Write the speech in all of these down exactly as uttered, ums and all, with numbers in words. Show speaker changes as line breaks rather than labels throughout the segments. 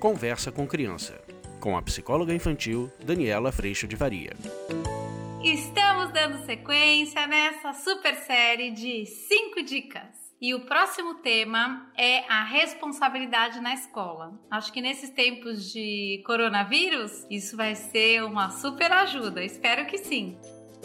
Conversa com Criança, com a psicóloga infantil Daniela Freixo de Varia.
Estamos dando sequência nessa super série de cinco dicas. E o próximo tema é a responsabilidade na escola. Acho que nesses tempos de coronavírus, isso vai ser uma super ajuda. Espero que sim.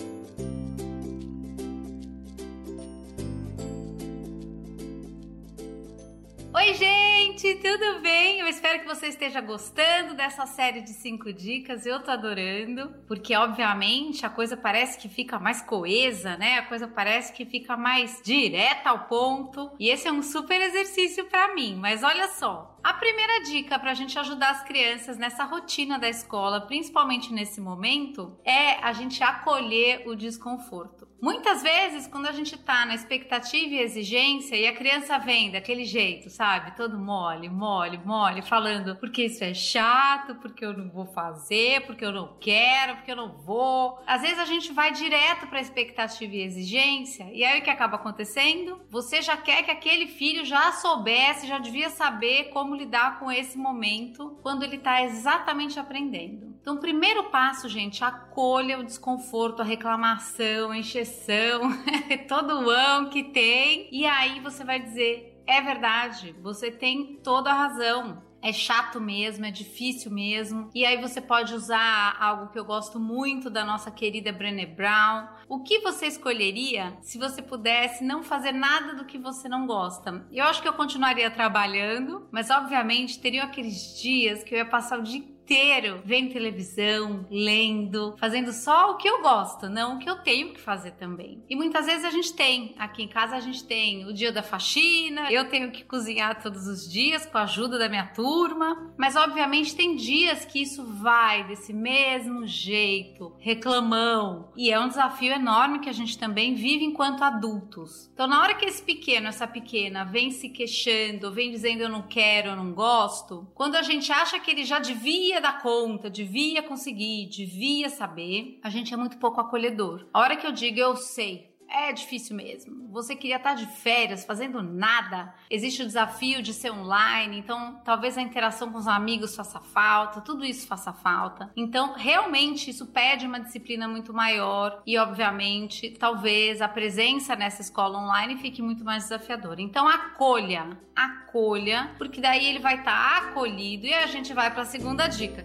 Oi, gente, tudo bem? Eu espero que você esteja gostando dessa série de cinco dicas. Eu tô adorando, porque obviamente a coisa parece que fica mais coesa, né? A coisa parece que fica mais direta ao ponto. E esse é um super exercício para mim. Mas olha só, a primeira dica para a gente ajudar as crianças nessa rotina da escola, principalmente nesse momento, é a gente acolher o desconforto. Muitas vezes, quando a gente tá na expectativa e exigência e a criança vem daquele jeito, sabe? Todo mole, mole, mole, falando porque isso é chato, porque eu não vou fazer, porque eu não quero, porque eu não vou. Às vezes a gente vai direto pra expectativa e exigência e aí o que acaba acontecendo? Você já quer que aquele filho já soubesse, já devia saber como lidar com esse momento quando ele tá exatamente aprendendo. Então, o primeiro passo, gente, acolha o desconforto, a reclamação, a encheção, todo o ão que tem. E aí você vai dizer, é verdade, você tem toda a razão. É chato mesmo, é difícil mesmo. E aí você pode usar algo que eu gosto muito da nossa querida Brené Brown. O que você escolheria se você pudesse não fazer nada do que você não gosta? Eu acho que eu continuaria trabalhando, mas obviamente teriam aqueles dias que eu ia passar o dia inteiro vendo televisão, lendo, fazendo só o que eu gosto, não o que eu tenho que fazer também. E muitas vezes a gente tem, aqui em casa a gente tem o dia da faxina, eu tenho que cozinhar todos os dias com a ajuda da minha turma, mas obviamente tem dias que isso vai desse mesmo jeito, reclamão, e é um desafio enorme que a gente também vive enquanto adultos. Então na hora que esse pequeno, essa pequena vem se queixando, vem dizendo eu não quero, eu não gosto, quando a gente acha que ele já devia dar conta, devia conseguir, devia saber, a gente é muito pouco acolhedor. A hora que eu digo eu sei, é difícil mesmo. Você queria estar de férias, fazendo nada. Existe o desafio de ser online, então talvez a interação com os amigos faça falta, tudo isso faça falta. Então, realmente, isso pede uma disciplina muito maior e, obviamente, talvez a presença nessa escola online fique muito mais desafiadora. Então, acolha, acolha, porque daí ele vai estar acolhido e a gente vai para a segunda dica.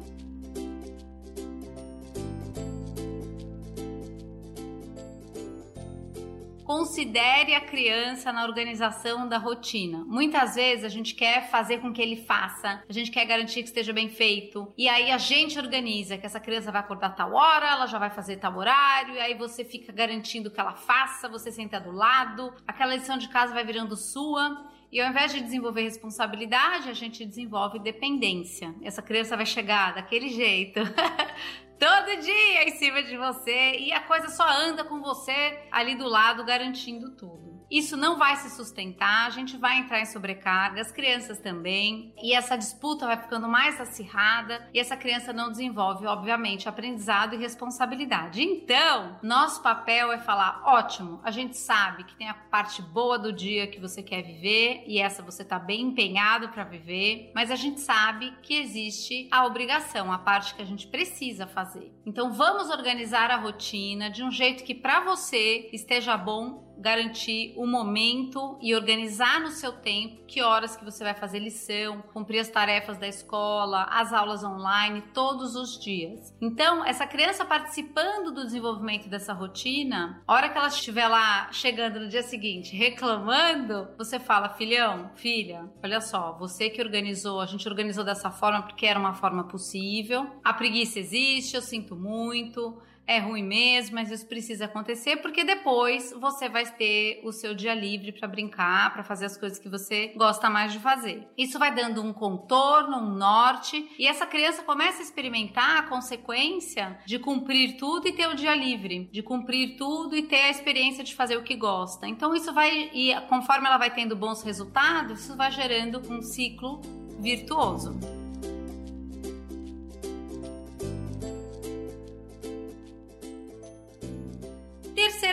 Considere a criança na organização da rotina. Muitas vezes a gente quer fazer com que ele faça, a gente quer garantir que esteja bem feito, e aí a gente organiza que essa criança vai acordar tal hora, ela já vai fazer tal horário, e aí você fica garantindo que ela faça, você senta do lado, aquela lição de casa vai virando sua. E ao invés de desenvolver responsabilidade, a gente desenvolve dependência. Essa criança vai chegar daquele jeito, todo dia em cima de você, e a coisa só anda com você ali do lado, garantindo tudo. Isso não vai se sustentar, a gente vai entrar em sobrecarga, as crianças também, e essa disputa vai ficando mais acirrada, e essa criança não desenvolve, obviamente, aprendizado e responsabilidade. Então, nosso papel é falar, ótimo, a gente sabe que tem a parte boa do dia que você quer viver, e essa você está bem empenhado para viver, mas a gente sabe que existe a obrigação, a parte que a gente precisa fazer. Então, vamos organizar a rotina de um jeito que para você esteja bom, garantir o momento e organizar no seu tempo que horas que você vai fazer lição, cumprir as tarefas da escola, as aulas online, todos os dias. Então, essa criança participando do desenvolvimento dessa rotina, a hora que ela estiver lá chegando no dia seguinte reclamando, você fala, filhão, filha, olha só, você que organizou, a gente organizou dessa forma porque era uma forma possível, a preguiça existe, eu sinto muito, é ruim mesmo, mas isso precisa acontecer porque depois você vai ter o seu dia livre para brincar, para fazer as coisas que você gosta mais de fazer. Isso vai dando um contorno, um norte, e essa criança começa a experimentar a consequência de cumprir tudo e ter o dia livre, de cumprir tudo e ter a experiência de fazer o que gosta. Então isso vai, e conforme ela vai tendo bons resultados, isso vai gerando um ciclo virtuoso.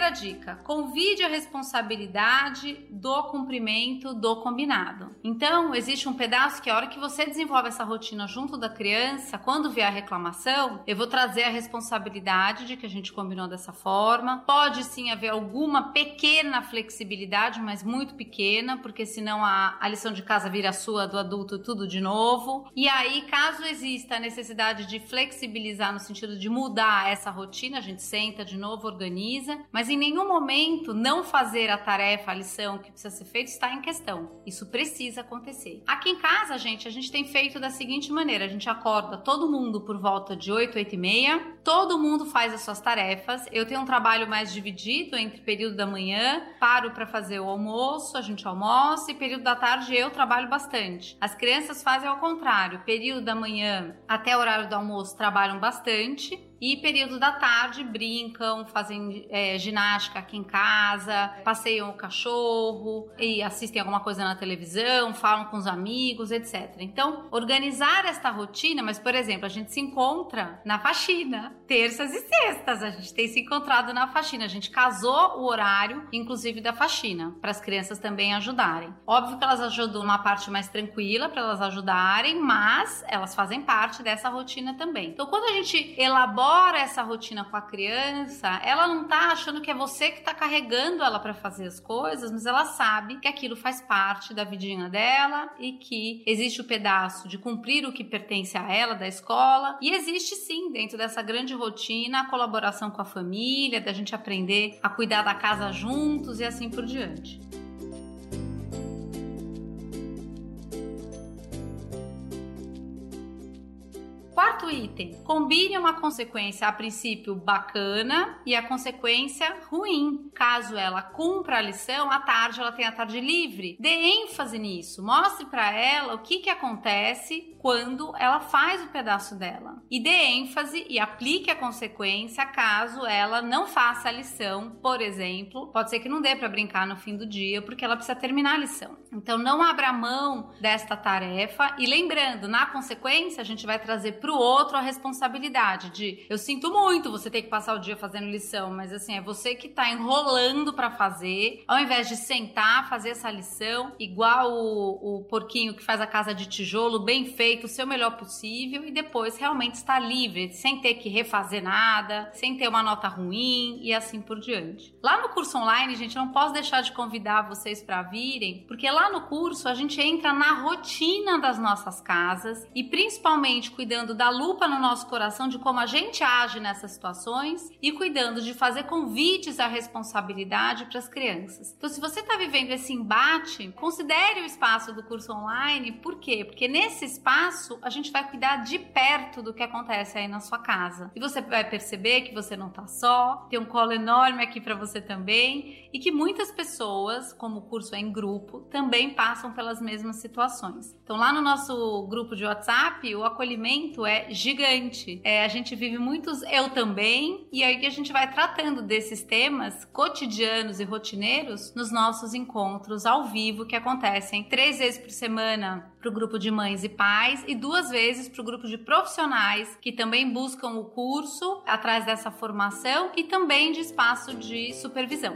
Primeira dica, convide a responsabilidade do cumprimento do combinado. Então, existe um pedaço que a hora que você desenvolve essa rotina junto da criança, quando vier a reclamação, eu vou trazer a responsabilidade de que a gente combinou dessa forma. Pode sim haver alguma pequena flexibilidade, mas muito pequena, porque senão a, a lição de casa vira sua, do adulto, tudo de novo. E aí, caso exista a necessidade de flexibilizar no sentido de mudar essa rotina, a gente senta de novo, organiza, mas em nenhum momento não fazer a tarefa, a lição que precisa ser feita está em questão. Isso precisa acontecer. Aqui em casa, gente, a gente tem feito da seguinte maneira, a gente acorda todo mundo por volta de oito, oito e meia, todo mundo faz as suas tarefas, eu tenho um trabalho mais dividido entre período da manhã, paro para fazer o almoço, a gente almoça, e período da tarde eu trabalho bastante. As crianças fazem ao contrário, período da manhã até o horário do almoço trabalham bastante, e período da tarde brincam, fazem é, ginástica aqui em casa, passeiam o cachorro e assistem alguma coisa na televisão, falam com os amigos, etcétera. Então, organizar esta rotina, mas, por exemplo, a gente se encontra na faxina, terças e sextas, a gente tem se encontrado na faxina, a gente casou o horário, inclusive da faxina, para as crianças também ajudarem. Óbvio que elas ajudam numa parte mais tranquila, para elas ajudarem, mas elas fazem parte dessa rotina também. Então, quando a gente elabora essa rotina com a criança, ela não tá achando que é você que tá carregando ela para fazer as coisas, mas ela sabe que aquilo faz parte da vidinha dela e que existe o pedaço de cumprir o que pertence a ela da escola, e existe sim, dentro dessa grande rotina, a colaboração com a família, da gente aprender a cuidar da casa juntos e assim por diante. Quarto item, combine uma consequência a princípio bacana e a consequência ruim. Caso ela cumpra a lição, à tarde ela tem a tarde livre. Dê ênfase nisso, mostre para ela o que, que acontece quando ela faz o pedaço dela. E dê ênfase e aplique a consequência caso ela não faça a lição, por exemplo. Pode ser que não dê para brincar no fim do dia porque ela precisa terminar a lição. Então não abra mão desta tarefa e lembrando, na consequência a gente vai trazer para o outro a responsabilidade de eu sinto muito você ter que passar o dia fazendo lição, mas assim, é você que tá enrolando para fazer, ao invés de sentar, fazer essa lição igual o, o porquinho que faz a casa de tijolo, bem feito, o seu melhor possível, e depois realmente estar livre, sem ter que refazer nada, sem ter uma nota ruim e assim por diante. Lá no curso online, gente, não posso deixar de convidar vocês para virem, porque lá no curso a gente entra na rotina das nossas casas e principalmente cuidando da lupa no nosso coração de como a gente age nessas situações e cuidando de fazer convites à responsabilidade para as crianças. Então, se você está vivendo esse embate, considere o espaço do curso online. Por quê? Porque nesse espaço a gente vai cuidar de perto do que acontece aí na sua casa. E você vai perceber que você não está só, tem um colo enorme aqui para você também, e que muitas pessoas, como o curso é em grupo, também passam pelas mesmas situações. Então, lá no nosso grupo de WhatsApp, o acolhimento é gigante. É, a gente vive muitos eu também, e aí a gente vai tratando desses temas cotidianos e rotineiros nos nossos encontros ao vivo que acontecem três vezes por semana para o grupo de mães e pais e duas vezes para o grupo de profissionais que também buscam o curso atrás dessa formação e também de espaço de supervisão.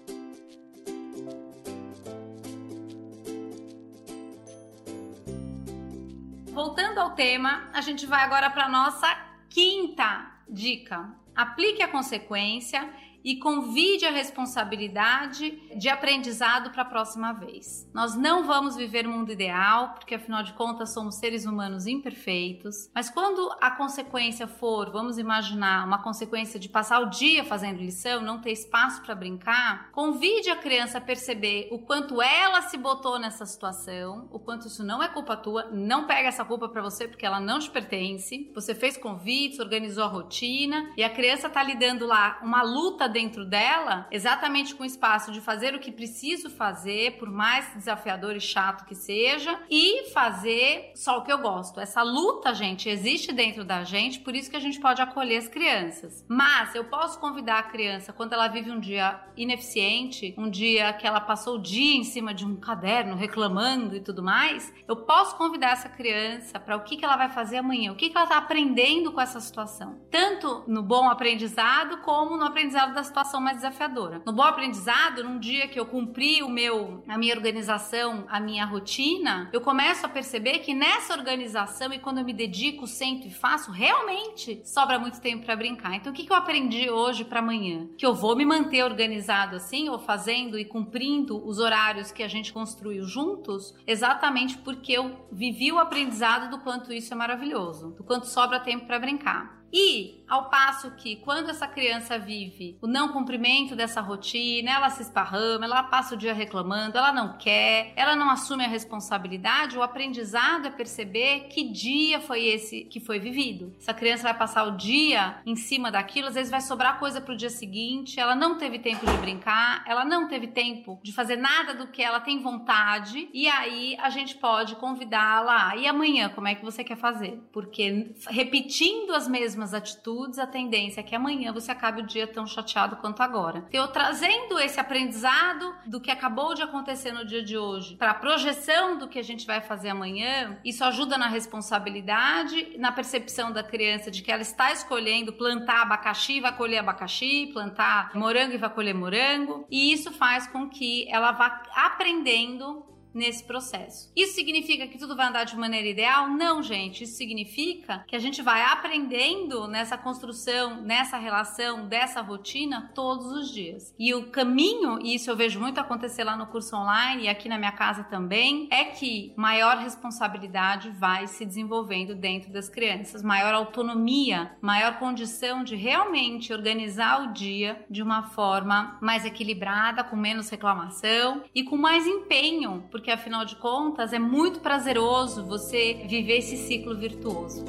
Voltando ao tema, a gente vai agora para a nossa quinta dica. Aplique a consequência e convide a responsabilidade de aprendizado para a próxima vez. Nós não vamos viver um mundo ideal, porque afinal de contas somos seres humanos imperfeitos, mas quando a consequência for, vamos imaginar, uma consequência de passar o dia fazendo lição, não ter espaço para brincar, convide a criança a perceber o quanto ela se botou nessa situação, o quanto isso não é culpa tua, não pega essa culpa para você porque ela não te pertence, você fez convites, organizou a rotina e a criança está lidando lá uma luta dentro dela, exatamente com o espaço de fazer o que preciso fazer, por mais desafiador e chato que seja, e fazer só o que eu gosto. Essa luta, gente, existe dentro da gente, por isso que a gente pode acolher as crianças. Mas eu posso convidar a criança, quando ela vive um dia ineficiente, um dia que ela passou o dia em cima de um caderno reclamando e tudo mais, eu posso convidar essa criança para o que, que ela vai fazer amanhã, o que, que ela está aprendendo com essa situação, tanto no bom aprendizado como no aprendizado da situação mais desafiadora. No bom aprendizado, num dia que eu cumpri o meu, a minha organização, a minha rotina, eu começo a perceber que nessa organização e quando eu me dedico, sento e faço, realmente sobra muito tempo para brincar. Então, o que, que eu aprendi hoje para amanhã? Que eu vou me manter organizado assim, ou fazendo e cumprindo os horários que a gente construiu juntos, exatamente porque eu vivi o aprendizado do quanto isso é maravilhoso, do quanto sobra tempo para brincar. E, ao passo que, quando essa criança vive o não cumprimento dessa rotina, ela se esparrama, ela passa o dia reclamando, ela não quer, ela não assume a responsabilidade, o aprendizado é perceber que dia foi esse que foi vivido. Essa criança vai passar o dia em cima daquilo, às vezes vai sobrar coisa pro dia seguinte, ela não teve tempo de brincar, ela não teve tempo de fazer nada do que ela tem vontade, e aí a gente pode convidá-la, e amanhã, como é que você quer fazer? Porque repetindo as mesmas atitudes, a tendência é que amanhã você acabe o dia tão chateado quanto agora. Eu trazendo esse aprendizado do que acabou de acontecer no dia de hoje para a projeção do que a gente vai fazer amanhã, isso ajuda na responsabilidade, na percepção da criança de que ela está escolhendo plantar abacaxi e vai colher abacaxi, plantar morango e vai colher morango, e isso faz com que ela vá aprendendo nesse processo. Isso significa que tudo vai andar de maneira ideal? Não, gente. Isso significa que a gente vai aprendendo nessa construção, nessa relação, dessa rotina todos os dias. E o caminho, e isso eu vejo muito acontecer lá no curso online e aqui na minha casa também, é que maior responsabilidade vai se desenvolvendo dentro das crianças, maior autonomia, maior condição de realmente organizar o dia de uma forma mais equilibrada, com menos reclamação e com mais empenho, porque afinal de contas é muito prazeroso você viver esse ciclo virtuoso.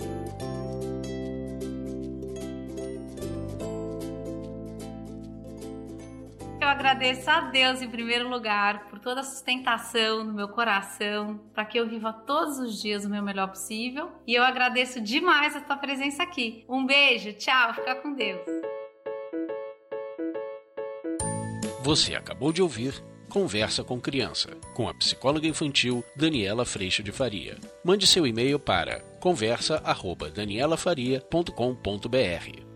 Eu agradeço a Deus em primeiro lugar por toda a sustentação no meu coração, para que eu viva todos os dias o meu melhor possível, e eu agradeço demais a tua presença aqui. Um beijo, tchau, fica com Deus.
Você acabou de ouvir Conversa com Criança, com a psicóloga infantil Daniela Freixo de Faria. Mande seu e-mail para conversa arroba daniela faria ponto com ponto br.